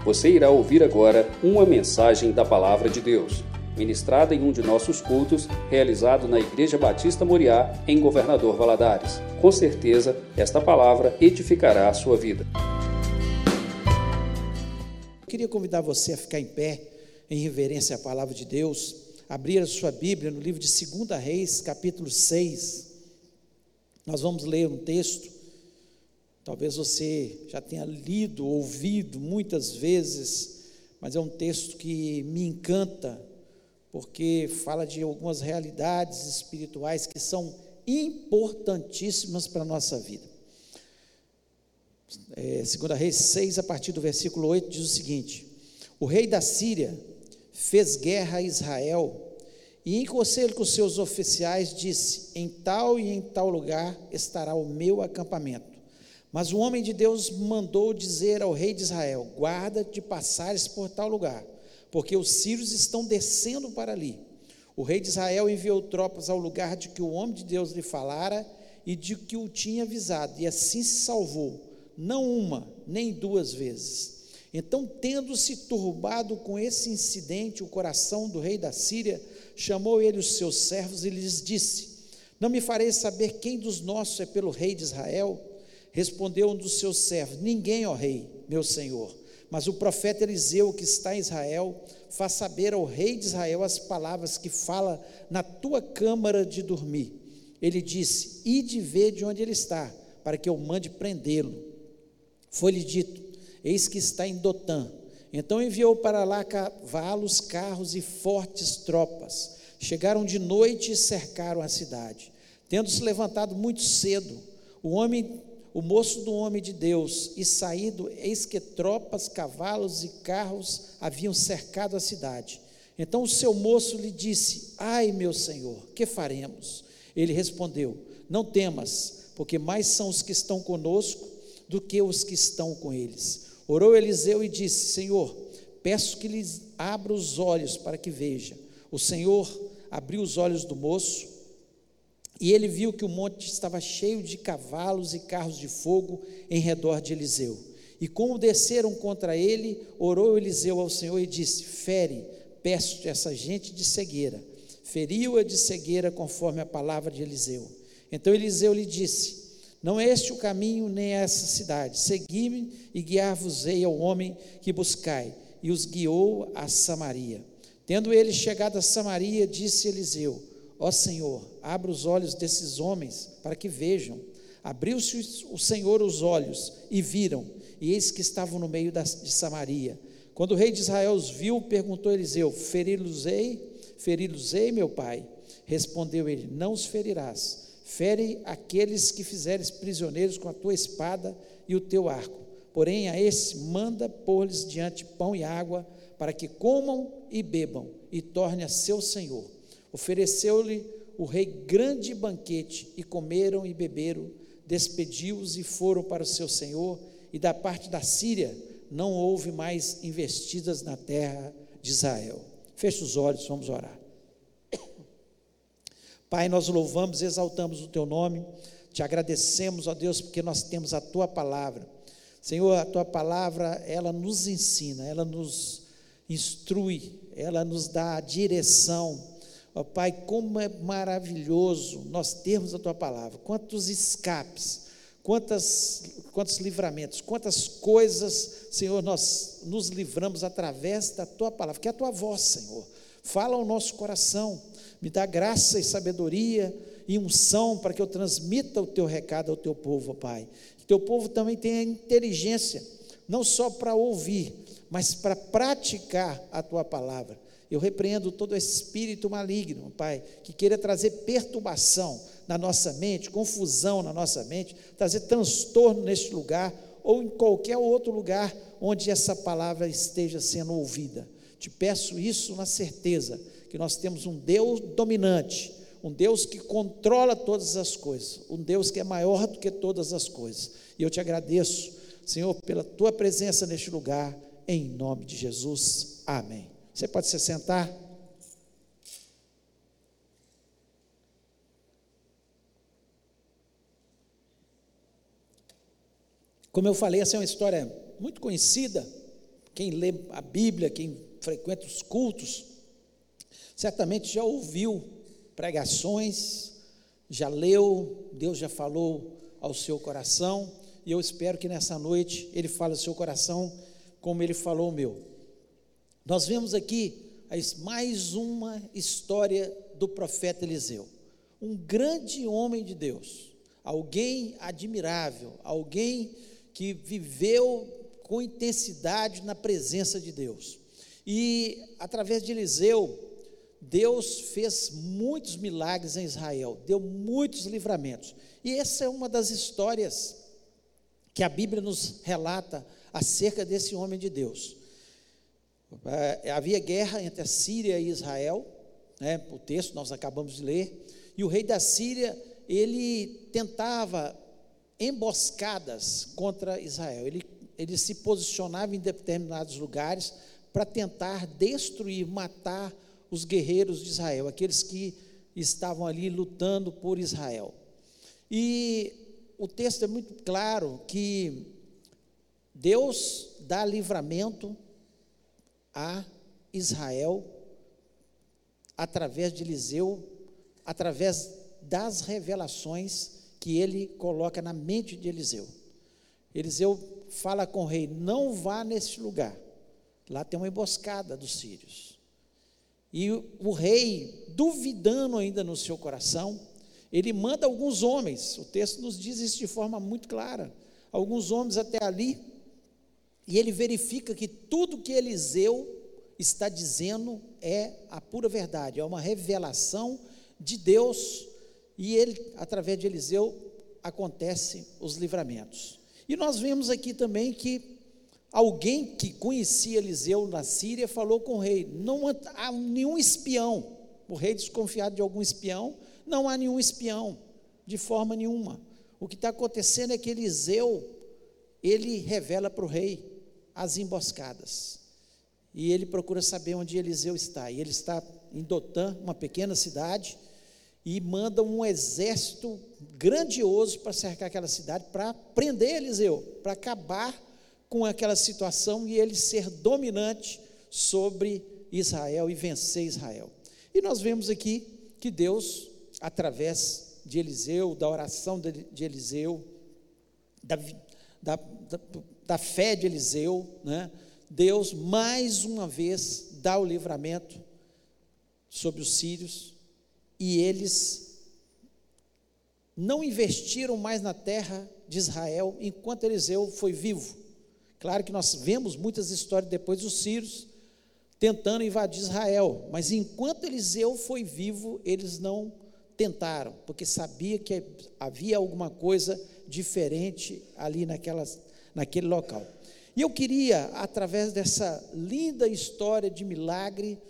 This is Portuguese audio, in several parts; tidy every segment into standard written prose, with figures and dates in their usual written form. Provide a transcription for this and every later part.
Você irá ouvir agora uma mensagem da Palavra de Deus, ministrada em um de nossos cultos, realizado na Igreja Batista Moriá, em Governador Valadares. Com certeza, esta palavra edificará a sua vida. Eu queria convidar você a ficar em pé, em reverência à Palavra de Deus, abrir a sua Bíblia no livro de 2 Reis, capítulo 6. Nós vamos ler um texto, talvez você já tenha lido, ouvido muitas vezes, mas é um texto que me encanta, porque fala de algumas realidades espirituais que são importantíssimas para a nossa vida. 2 Reis 6, a partir do versículo 8, diz o seguinte: o rei da Síria fez guerra a Israel, e em conselho com seus oficiais disse: em tal e em tal lugar estará o meu acampamento. Mas o homem de Deus mandou dizer ao rei de Israel: guarda de passares por tal lugar, porque os sírios estão descendo para ali. O rei de Israel enviou tropas ao lugar de que o homem de Deus lhe falara e de que o tinha avisado, e assim se salvou, não uma, nem duas vezes. Então, tendo-se turbado com esse incidente o coração do rei da Síria, chamou ele os seus servos e lhes disse: não me fareis saber quem dos nossos é pelo rei de Israel? Respondeu um dos seus servos: ninguém, ó rei, meu senhor, mas o profeta Eliseu, que está em Israel, faz saber ao rei de Israel as palavras que fala na tua câmara de dormir. Ele disse: ide ver de onde ele está, para que eu mande prendê-lo. Foi-lhe dito: eis que está em Dotã. Então enviou para lá cavalos, carros e fortes tropas. Chegaram de noite e cercaram a cidade. Tendo-se levantado muito cedo, o moço do homem de Deus, e saído, eis que tropas, cavalos e carros haviam cercado a cidade. Então o seu moço lhe disse: ai, meu senhor, que faremos? Ele respondeu: não temas, porque mais são os que estão conosco do que os que estão com eles. Orou Eliseu e disse: Senhor, peço que lhes abra os olhos para que veja. O Senhor abriu os olhos do moço, e ele viu que o monte estava cheio de cavalos e carros de fogo em redor de Eliseu. E como desceram contra ele, orou Eliseu ao Senhor e disse: fere, peço-te, essa gente de cegueira. Feriu-a de cegueira conforme a palavra de Eliseu. Então Eliseu lhe disse: não é este o caminho, nem essa cidade. Segui-me e guiar-vos-ei ao homem que buscai. E os guiou a Samaria. Tendo ele chegado a Samaria, disse Eliseu: ó Senhor, abra os olhos desses homens, para que vejam. Abriu-se o Senhor os olhos, e viram, e eis que estavam no meio de Samaria. Quando o rei de Israel os viu, perguntou Eliseu: feri-los-ei, meu pai? Respondeu ele: não os ferirás. Fere aqueles que fizeres prisioneiros com a tua espada e o teu arco. Porém, a esse manda pôr-lhes diante pão e água, para que comam e bebam, e torne a seu senhor. Ofereceu-lhe o rei grande banquete, e comeram e beberam, despediu-os e foram para o seu senhor, e da parte da Síria não houve mais investidas na terra de Israel. Feche os olhos, vamos orar. Pai, nós louvamos e exaltamos o Teu nome, te agradecemos, ó Deus, porque nós temos a Tua palavra. Senhor, a Tua palavra, ela nos ensina, ela nos instrui, ela nos dá a direção. Ó Pai, como é maravilhoso nós termos a Tua palavra, quantos escapes, quantos livramentos, quantas coisas, Senhor, nós nos livramos através da Tua palavra, que é a Tua voz, Senhor. Fala ao nosso coração, me dá graça e sabedoria e unção para que eu transmita o Teu recado ao Teu povo, ó Pai. Que Teu povo também tenha inteligência, não só para ouvir, mas para praticar a Tua palavra. Eu repreendo todo espírito maligno, Pai, que queira trazer perturbação na nossa mente, confusão na nossa mente, trazer transtorno neste lugar ou em qualquer outro lugar onde essa palavra esteja sendo ouvida. Te peço isso na certeza que nós temos um Deus dominante, um Deus que controla todas as coisas, um Deus que é maior do que todas as coisas. E eu te agradeço, Senhor, pela Tua presença neste lugar, em nome de Jesus. Amém. Você pode se sentar? Como eu falei, essa é uma história muito conhecida, quem lê a Bíblia, quem frequenta os cultos, certamente já ouviu pregações, já leu, Deus já falou ao seu coração, e eu espero que nessa noite Ele fale ao seu coração como Ele falou ao meu. Nós vemos aqui mais uma história do profeta Eliseu, um grande homem de Deus, alguém admirável, alguém que viveu com intensidade na presença de Deus, e através de Eliseu, Deus fez muitos milagres em Israel, deu muitos livramentos, e essa é uma das histórias que a Bíblia nos relata acerca desse homem de Deus. Havia guerra entre a Síria e Israel, o texto nós acabamos de ler, e o rei da Síria, ele tentava emboscadas contra Israel, ele se posicionava em determinados lugares para tentar destruir, matar os guerreiros de Israel, aqueles que estavam ali lutando por Israel. E o texto é muito claro que Deus dá livramento a Israel através de Eliseu, através das revelações que ele coloca na mente de Eliseu. Eliseu fala com o rei: não vá nesse lugar, lá tem uma emboscada dos sírios. E o rei, duvidando ainda no seu coração, ele manda alguns homens, o texto nos diz isso de forma muito clara, alguns homens até ali, e ele verifica que tudo que Eliseu está dizendo é a pura verdade, é uma revelação de Deus, e ele, através de Eliseu, acontecem os livramentos. E nós vemos aqui também que alguém que conhecia Eliseu na Síria falou com o rei: não há nenhum espião. O rei desconfiado de algum espião, não há nenhum espião, de forma nenhuma. O que está acontecendo é que Eliseu, ele revela para o rei as emboscadas, e ele procura saber onde Eliseu está, e ele está em Dotã, uma pequena cidade, e manda um exército grandioso para cercar aquela cidade, para prender Eliseu, para acabar com aquela situação e ele ser dominante sobre Israel e vencer Israel. E nós vemos aqui que Deus, através de Eliseu, da oração de Eliseu, da fé de Eliseu, Deus mais uma vez dá o livramento sobre os sírios, e eles não investiram mais na terra de Israel enquanto Eliseu foi vivo. Claro que nós vemos muitas histórias depois dos sírios tentando invadir Israel, mas enquanto Eliseu foi vivo, eles não tentaram, porque sabia que havia alguma coisa diferente ali naquele local. E eu queria, através dessa linda história de milagres,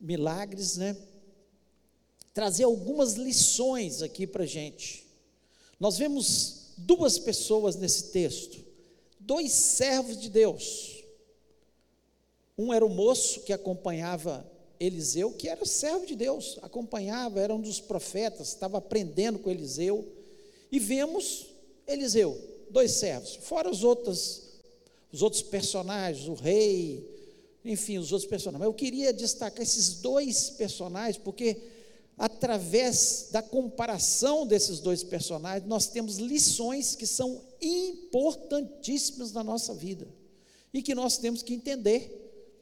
trazer algumas lições aqui para a gente. Nós vemos duas pessoas nesse texto, dois servos de Deus. Um era o moço que acompanhava Eliseu, que era servo de Deus, acompanhava, era um dos profetas, estava aprendendo com Eliseu, e vemos Eliseu, dois servos, fora os outros personagens, o rei, enfim, os outros personagens. Mas eu queria destacar esses dois personagens, porque através da comparação desses dois personagens, nós temos lições que são importantíssimas na nossa vida, e que nós temos que entender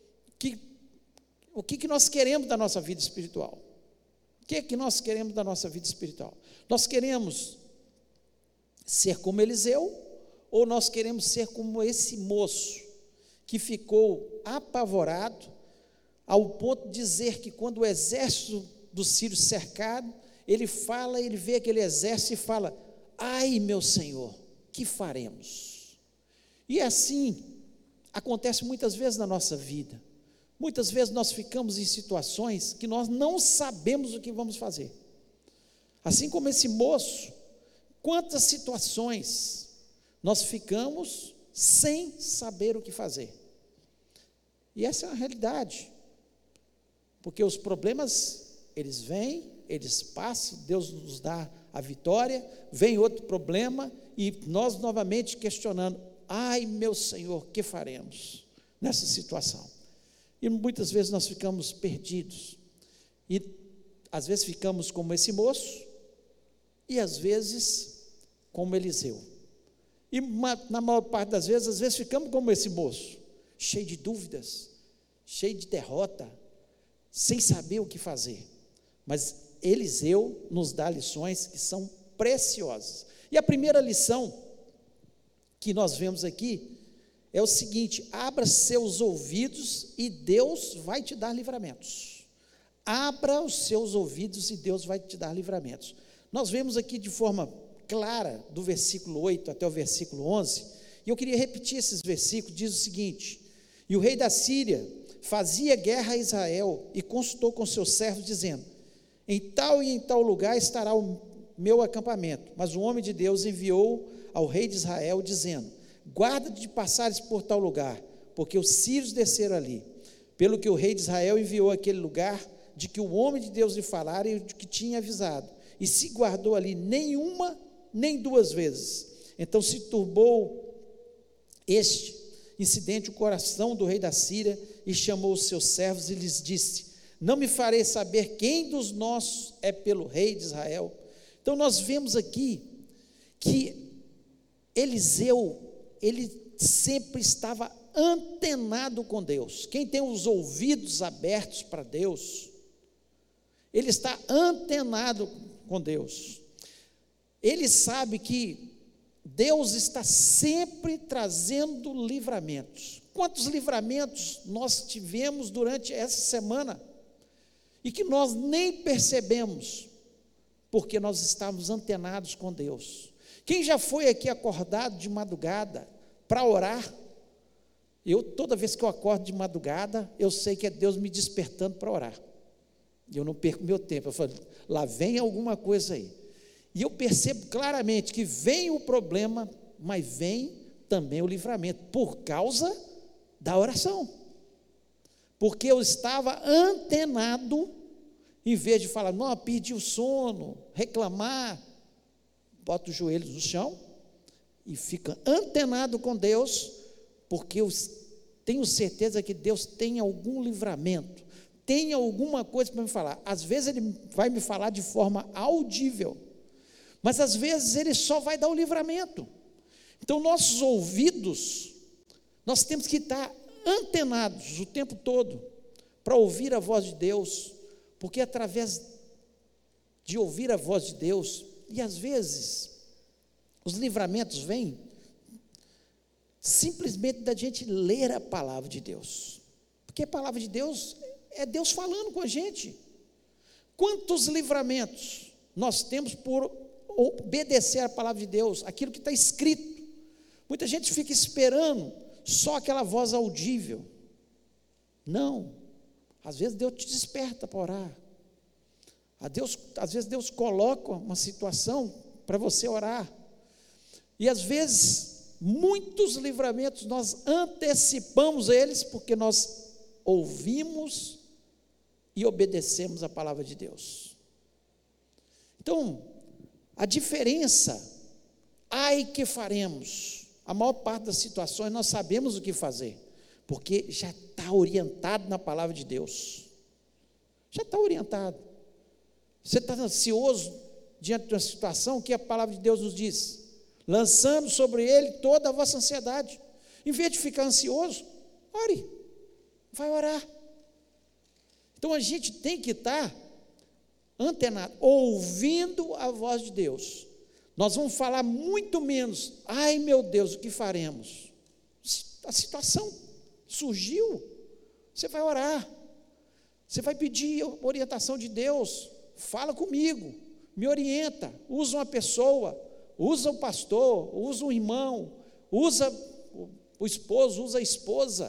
o que nós queremos da nossa vida espiritual. O que é que nós queremos da nossa vida espiritual? Nós queremos ser como Eliseu, ou nós queremos ser como esse moço, que ficou apavorado, ao ponto de dizer que quando o exército dos sírios cercado, ele vê aquele exército e fala: ai meu Senhor, que faremos? E assim acontece muitas vezes na nossa vida. Muitas vezes nós ficamos em situações que nós não sabemos o que vamos fazer. Assim como esse moço, quantas situações nós ficamos sem saber o que fazer. E essa é uma realidade, porque os problemas, eles vêm, eles passam, Deus nos dá a vitória, vem outro problema, e nós novamente questionando: ai meu Senhor, que faremos? nessa situação. E muitas vezes nós ficamos perdidos. E às vezes ficamos como esse moço, e às vezes como Eliseu. E na maior parte das vezes, às vezes ficamos como esse moço, cheio de dúvidas, cheio de derrota, sem saber o que fazer. Mas Eliseu nos dá lições que são preciosas. E a primeira lição que nós vemos aqui é o seguinte: abra seus ouvidos e Deus vai te dar livramentos. Abra os seus ouvidos e Deus vai te dar livramentos. Nós vemos aqui de forma clara, do versículo 8 até o versículo 11, e eu queria repetir esses versículos. Diz o seguinte: e o rei da Síria fazia guerra a Israel e consultou com seus servos, dizendo: em tal e em tal lugar estará o meu acampamento. Mas o homem de Deus enviou ao rei de Israel, dizendo: guarda de passares por tal lugar, porque os sírios desceram ali. Pelo que o rei de Israel enviou aquele lugar, de que o homem de Deus lhe falara e de que tinha avisado, e se guardou ali nenhuma nem duas vezes. Então se turbou este incidente o coração do rei da Síria, e chamou os seus servos e lhes disse: não me farei saber quem dos nossos é pelo rei de Israel. Então nós vemos aqui que Eliseu, ele sempre estava antenado com Deus. Quem tem os ouvidos abertos para Deus, ele está antenado com Deus. Ele sabe que Deus está sempre trazendo livramentos. Quantos livramentos nós tivemos durante essa semana e que nós nem percebemos, porque nós estávamos antenados com Deus. Quem já foi aqui acordado de madrugada para orar? Toda vez que eu acordo de madrugada, eu sei que é Deus me despertando para orar. E eu não perco meu tempo. Eu falo, lá vem alguma coisa aí. E eu percebo claramente que vem o problema, mas vem também o livramento, por causa da oração. Porque eu estava antenado, em vez de falar, não, perdi o sono, reclamar, bota os joelhos no chão e fica antenado com Deus, porque eu tenho certeza que Deus tem algum livramento, tem alguma coisa para me falar. Às vezes Ele vai me falar de forma audível, mas às vezes Ele só vai dar o livramento. Então nossos ouvidos, nós temos que estar antenados o tempo todo para ouvir a voz de Deus, porque através de ouvir a voz de Deus, e às vezes os livramentos vêm simplesmente da gente ler a palavra de Deus, porque a palavra de Deus é Deus falando com a gente. Quantos livramentos nós temos por obedecer a palavra de Deus, aquilo que está escrito? Muita gente fica esperando só aquela voz audível. Não, às vezes Deus te desperta para orar. Às vezes Deus coloca uma situação para você orar. E às vezes, muitos livramentos nós antecipamos eles, porque nós ouvimos e obedecemos a palavra de Deus. Então, a diferença, ai que faremos, a maior parte das situações nós sabemos o que fazer, porque já está orientado na palavra de Deus, já está orientado. Você está ansioso diante de uma situação, que a palavra de Deus nos diz? Lançando sobre ele toda a vossa ansiedade. Em vez de ficar ansioso, ore, vai orar. Então a gente tem que estar antenado, ouvindo a voz de Deus. Nós vamos falar muito menos, ai meu Deus, o que faremos? A situação surgiu, você vai orar, você vai pedir orientação de Deus. Fala comigo, me orienta, usa uma pessoa, usa o pastor, usa o irmão, usa o esposo, usa a esposa.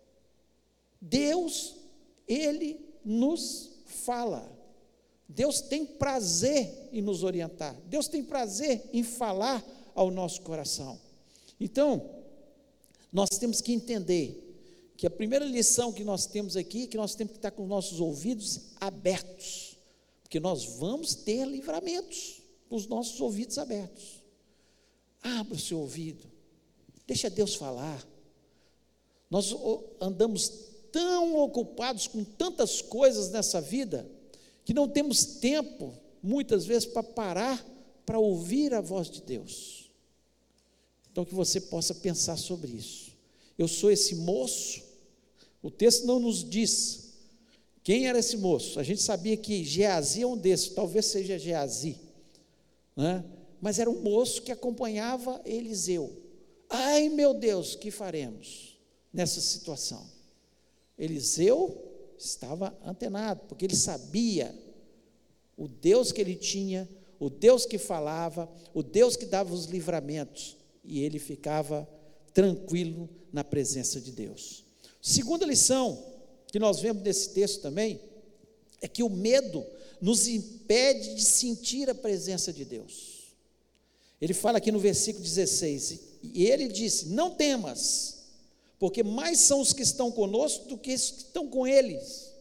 Deus, Ele nos fala. Deus tem prazer em nos orientar. Deus tem prazer em falar ao nosso coração. Então, nós temos que entender que a primeira lição que nós temos aqui é que nós temos que estar com os nossos ouvidos abertos, porque nós vamos ter livramentos com os nossos ouvidos abertos. Abra o seu ouvido, deixa Deus falar. Nós andamos tão ocupados com tantas coisas nessa vida, que não temos tempo, muitas vezes, para parar, para ouvir a voz de Deus. Então, que você possa pensar sobre isso. Eu sou esse moço? O texto não nos diz quem era esse moço. A gente sabia que Geazi é um desses, talvez seja Geazi, né? Mas era um moço que acompanhava Eliseu. Ai, meu Deus, que faremos nessa situação? Eliseu estava antenado, porque ele sabia o Deus que ele tinha, o Deus que falava, o Deus que dava os livramentos, e ele ficava tranquilo na presença de Deus. Segunda lição que nós vemos nesse texto também, é que o medo nos impede de sentir a presença de Deus. Ele fala aqui no versículo 16, e ele disse: não temas, porque mais são os que estão conosco do que os que estão com eles.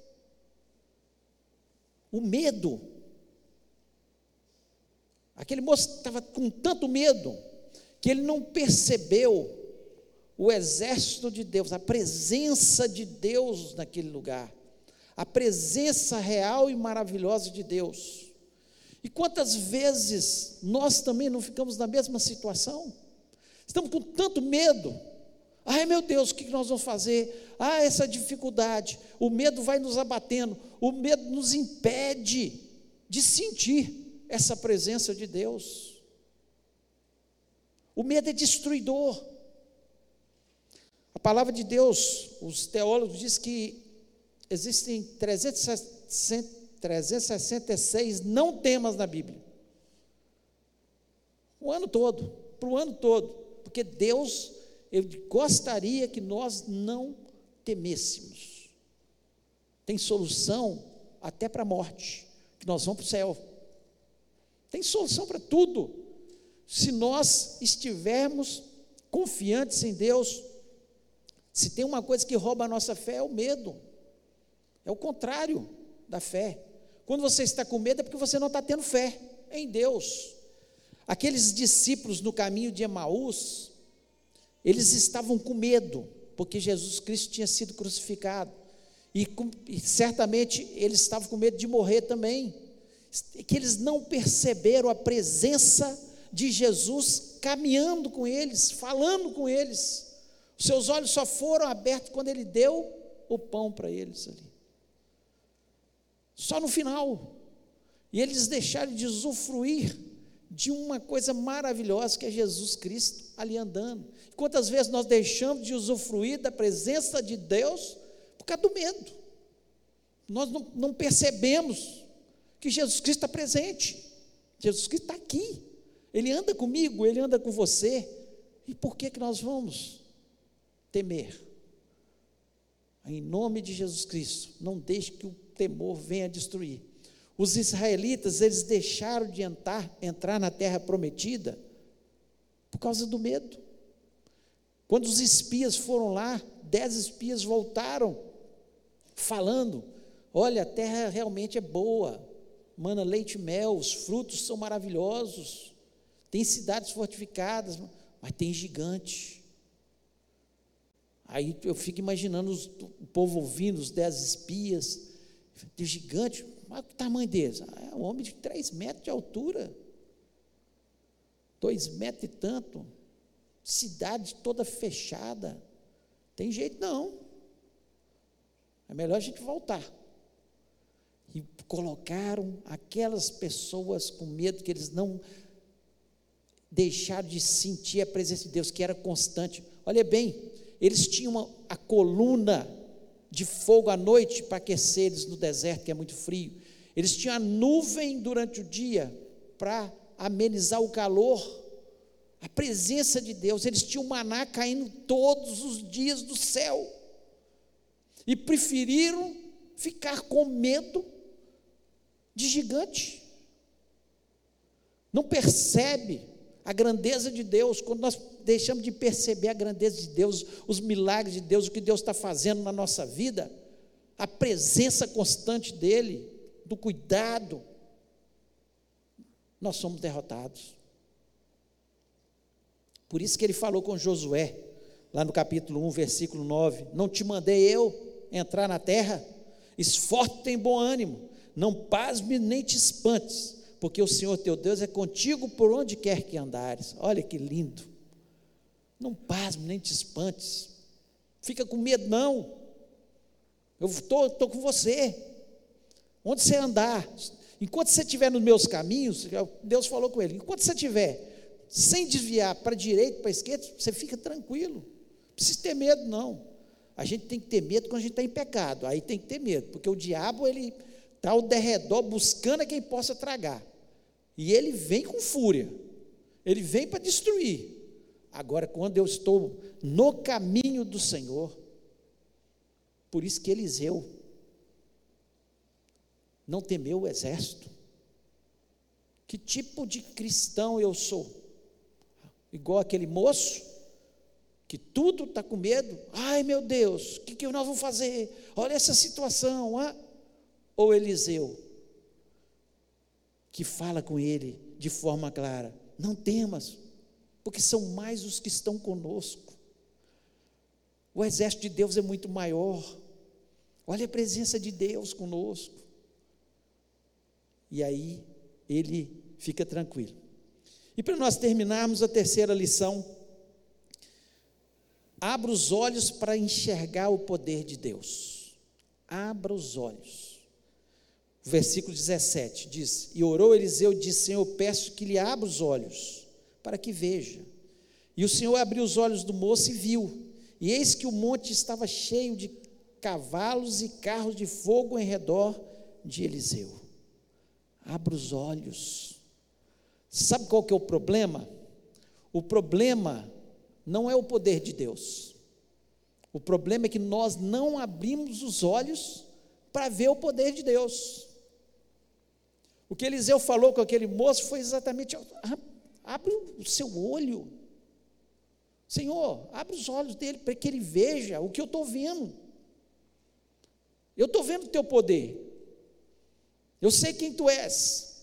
O medo, aquele moço estava com tanto medo, que ele não percebeu o exército de Deus, a presença de Deus naquele lugar, a presença real e maravilhosa de Deus. E quantas vezes nós também não ficamos na mesma situação? Estamos com tanto medo. Ai, meu Deus, o que nós vamos fazer? Ah, essa dificuldade. O medo vai nos abatendo. O medo nos impede de sentir essa presença de Deus. O medo é destruidor. A palavra de Deus, os teólogos dizem que existem 366 não temas na Bíblia. O ano todo, para o ano todo, porque Deus, Ele gostaria que nós não temêssemos. Tem solução até para a morte, que nós vamos para o céu. Tem solução para tudo, se nós estivermos confiantes em Deus. Se tem uma coisa que rouba a nossa fé, é o medo, é o contrário da fé. Quando você está com medo, é porque você não está tendo fé em Deus. Aqueles discípulos no caminho de Emaús, eles estavam com medo, porque Jesus Cristo tinha sido crucificado, e certamente eles estavam com medo de morrer também, que eles não perceberam a presença de Jesus caminhando com eles, falando com eles. Os seus olhos só foram abertos quando Ele deu o pão para eles ali, só no final, e eles deixaram de usufruir de uma coisa maravilhosa, que é Jesus Cristo ali andando. Quantas vezes nós deixamos de usufruir da presença de Deus por causa do medo? Nós não percebemos que Jesus Cristo está presente. Jesus Cristo está aqui, Ele anda comigo, Ele anda com você. E por que nós vamos temer? Em nome de Jesus Cristo, não deixe que o temor venha destruir. Os israelitas, eles deixaram de entrar na terra prometida por causa do medo. Quando os espias foram lá, 10 espias voltaram falando: olha, a terra realmente é boa, mana leite e mel, os frutos são maravilhosos, tem cidades fortificadas, mas tem gigante. Aí eu fico imaginando o povo ouvindo, os 10 espias, de gigante. Mas o tamanho deles? É um homem de 3 metros de altura, 2 metros e tanto, cidade toda fechada, tem jeito não, é melhor a gente voltar. E colocaram aquelas pessoas com medo, que eles não deixaram de sentir a presença de Deus, que era constante. Olha bem, eles tinham a coluna de fogo à noite para aquecer eles no deserto, que é muito frio. Eles tinham a nuvem durante o dia para amenizar o calor, a presença de Deus. Eles tinham maná caindo todos os dias do céu, e preferiram ficar com medo de gigante. Não percebe a grandeza de Deus. Quando nós deixamos de perceber a grandeza de Deus, os milagres de Deus, o que Deus está fazendo na nossa vida, a presença constante dEle, do cuidado, nós somos derrotados. Por isso que Ele falou com Josué, lá no capítulo 1, versículo 9: não te mandei eu entrar na terra? Esforça-te, tem bom ânimo, não pasme nem te espantes, porque o Senhor teu Deus é contigo por onde quer que andares. Olha que lindo. Não pasme nem te espantes, fica com medo não, eu estou com você, onde você andar, enquanto você estiver nos meus caminhos, Deus falou com ele, enquanto você estiver sem desviar para a direita, para a esquerda, você fica tranquilo, não precisa ter medo não. A gente tem que ter medo quando a gente está em pecado, aí tem que ter medo, porque o diabo ele está ao derredor buscando a quem possa tragar, e ele vem com fúria, ele vem para destruir. Agora, quando eu estou no caminho do Senhor, por isso que Eliseu não temeu o exército. Que tipo de cristão eu sou? Igual aquele moço, que tudo está com medo, ai meu Deus, o que nós vamos fazer? Olha essa situação, ou Eliseu, que fala com ele de forma clara, não temas, porque são mais os que estão conosco. O exército de Deus é muito maior. Olha a presença de Deus conosco. E aí ele fica tranquilo. E para nós terminarmos a terceira lição, abra os olhos para enxergar o poder de Deus. Abra os olhos. O versículo 17 diz: e orou Eliseu e disse: Senhor, peço que lhe abra os olhos, para que veja. E o Senhor abriu os olhos do moço e viu, e eis que o monte estava cheio de cavalos e carros de fogo em redor de Eliseu. Abra os olhos. Sabe qual que é o problema? O problema não é o poder de Deus. O problema é que nós não abrimos os olhos para ver o poder de Deus. O que Eliseu falou com aquele moço foi exatamente: abre o seu olho, Senhor, abre os olhos dele para que ele veja o que eu estou vendo. Eu estou vendo o teu poder, eu sei quem tu és.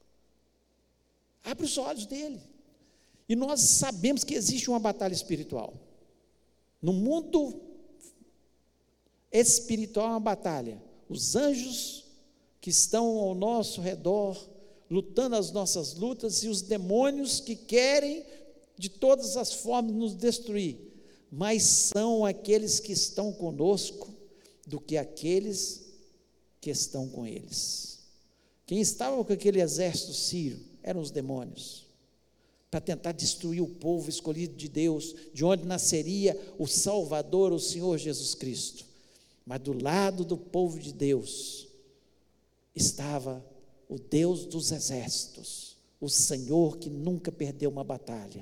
Abre os olhos dele. E nós sabemos que existe uma batalha espiritual. No mundo espiritual é uma batalha. Os anjos que estão ao nosso redor, lutando as nossas lutas, e os demônios que querem de todas as formas nos destruir, mas são aqueles que estão conosco do que aqueles que estão com eles. Quem estava com aquele exército sírio eram os demônios, para tentar destruir o povo escolhido de Deus, de onde nasceria o Salvador, o Senhor Jesus Cristo. Mas do lado do povo de Deus estava o Deus dos exércitos, o Senhor que nunca perdeu uma batalha.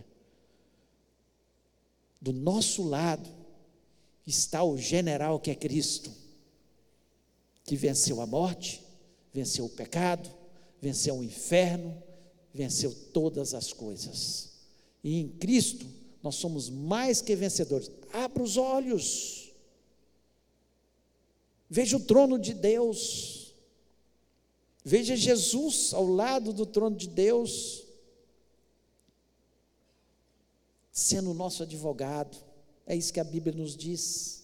Do nosso lado está o general que é Cristo, que venceu a morte, venceu o pecado, venceu o inferno, venceu todas as coisas. E em Cristo nós somos mais que vencedores. Abra os olhos, veja o trono de Deus, veja Jesus ao lado do trono de Deus, sendo o nosso advogado. É isso que a Bíblia nos diz.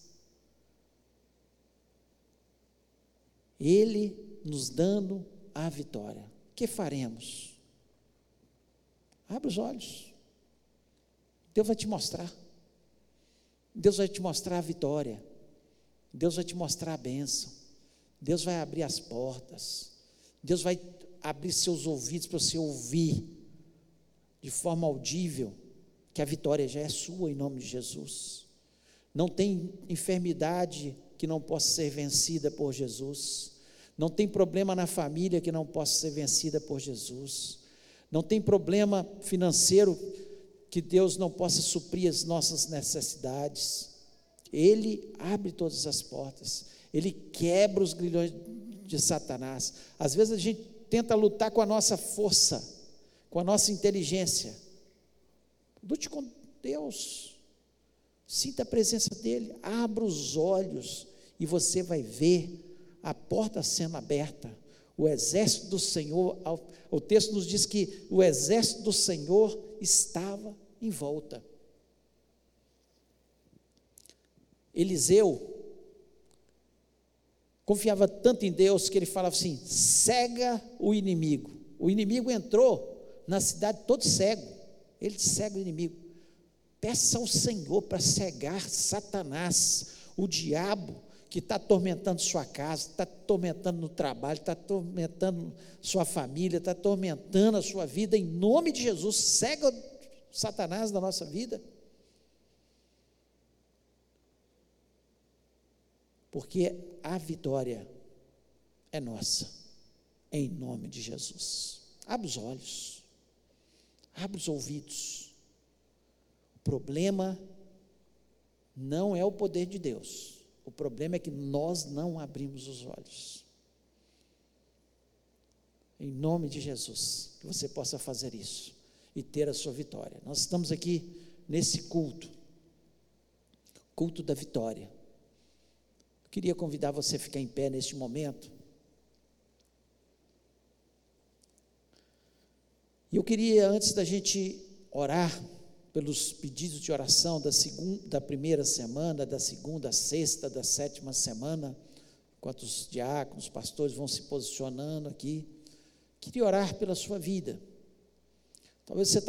Ele nos dando a vitória. O que faremos? Abre os olhos. Deus vai te mostrar. Deus vai te mostrar a vitória. Deus vai te mostrar a bênção. Deus vai abrir as portas. Deus vai abrir seus ouvidos para você ouvir de forma audível que a vitória já é sua, em nome de Jesus. Não tem enfermidade que não possa ser vencida por Jesus. Não tem problema na família que não possa ser vencida por Jesus. Não tem problema financeiro que Deus não possa suprir as nossas necessidades. Ele abre todas as portas. Ele quebra os grilhões de Satanás. Às vezes a gente tenta lutar com a nossa força, com a nossa inteligência. Lute com Deus. Sinta a presença dEle. Abra os olhos e você vai ver a porta sendo aberta. O exército do Senhor, o texto nos diz que o exército do Senhor estava em volta. Eliseu confiava tanto em Deus que ele falava assim: cega o inimigo. O inimigo entrou na cidade todo cego, ele cega o inimigo. Peça ao Senhor para cegar Satanás, o diabo que está atormentando sua casa, está atormentando no trabalho, está atormentando sua família, está atormentando a sua vida. Em nome de Jesus, cega Satanás da nossa vida. Porque a vitória é nossa, em nome de Jesus. Abre os olhos, abre os ouvidos. O problema não é o poder de Deus, o problema é que nós não abrimos os olhos. Em nome de Jesus, que você possa fazer isso e ter a sua vitória. Nós estamos aqui nesse culto da vitória. Queria convidar você a ficar em pé neste momento. E eu queria, antes da gente orar pelos pedidos de oração da primeira semana, da segunda, sexta, da sétima semana, enquanto os diáconos, os pastores vão se posicionando aqui, queria orar pela sua vida. Talvez você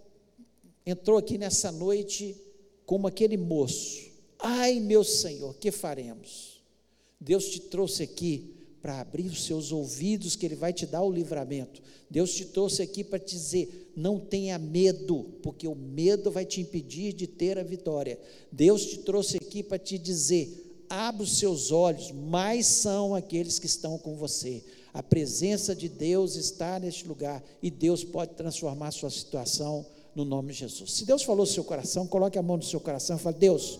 entrou aqui nessa noite como aquele moço: ai meu Senhor, que faremos? Deus te trouxe aqui para abrir os seus ouvidos, que Ele vai te dar o livramento. Deus te trouxe aqui para te dizer: não tenha medo, porque o medo vai te impedir de ter a vitória. Deus te trouxe aqui para te dizer: abra os seus olhos, mais são aqueles que estão com você. A presença de Deus está neste lugar, e Deus pode transformar a sua situação no nome de Jesus. Se Deus falou no seu coração, coloque a mão no seu coração e fale: Deus,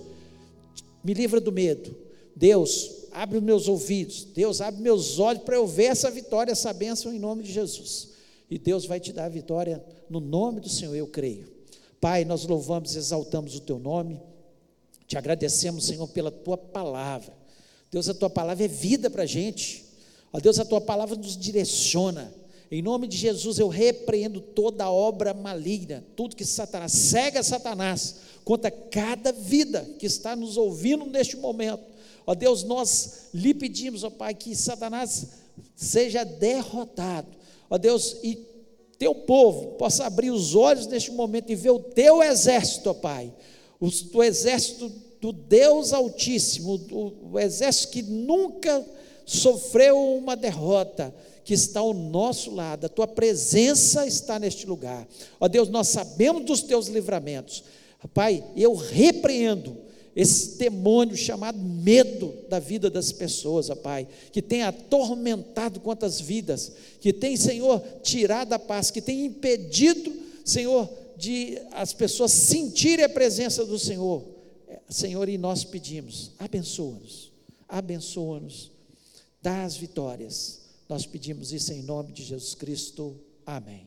me livra do medo. Deus, abre os meus ouvidos. Deus, abre meus olhos para eu ver essa vitória, essa bênção em nome de Jesus. E Deus vai te dar a vitória no nome do Senhor, eu creio. Pai, nós louvamos e exaltamos o Teu nome. Te agradecemos, Senhor, pela Tua palavra. Deus, a Tua palavra é vida para a gente. Ó Deus, a Tua palavra nos direciona. Em nome de Jesus, eu repreendo toda obra maligna, tudo que Satanás, cega Satanás, contra cada vida que está nos ouvindo neste momento. Ó Deus, nós lhe pedimos, ó Pai, que Satanás seja derrotado. Ó Deus, e Teu povo possa abrir os olhos neste momento e ver o Teu exército, ó Pai, o exército do Deus Altíssimo, o exército que nunca sofreu uma derrota, que está ao nosso lado. A Tua presença está neste lugar. Ó Deus, nós sabemos dos Teus livramentos. Pai, eu repreendo esse demônio chamado medo da vida das pessoas, ó Pai, que tem atormentado quantas vidas, que tem, Senhor, tirado a paz, que tem impedido, Senhor, de as pessoas sentirem a presença do Senhor. Senhor, e nós pedimos: abençoa-nos, abençoa-nos, dá as vitórias. Nós pedimos isso em nome de Jesus Cristo. Amém.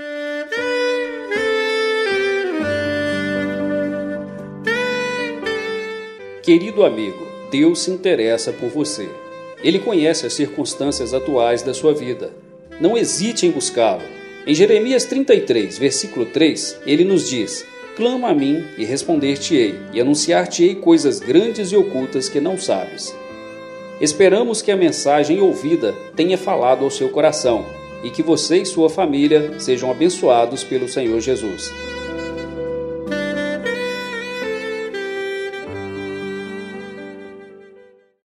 Querido amigo, Deus se interessa por você. Ele conhece as circunstâncias atuais da sua vida. Não hesite em buscá-lo. Em Jeremias 33, versículo 3, ele nos diz: clama a mim e responder-te-ei, e anunciar-te-ei coisas grandes e ocultas que não sabes. Esperamos que a mensagem ouvida tenha falado ao seu coração e que você e sua família sejam abençoados pelo Senhor Jesus.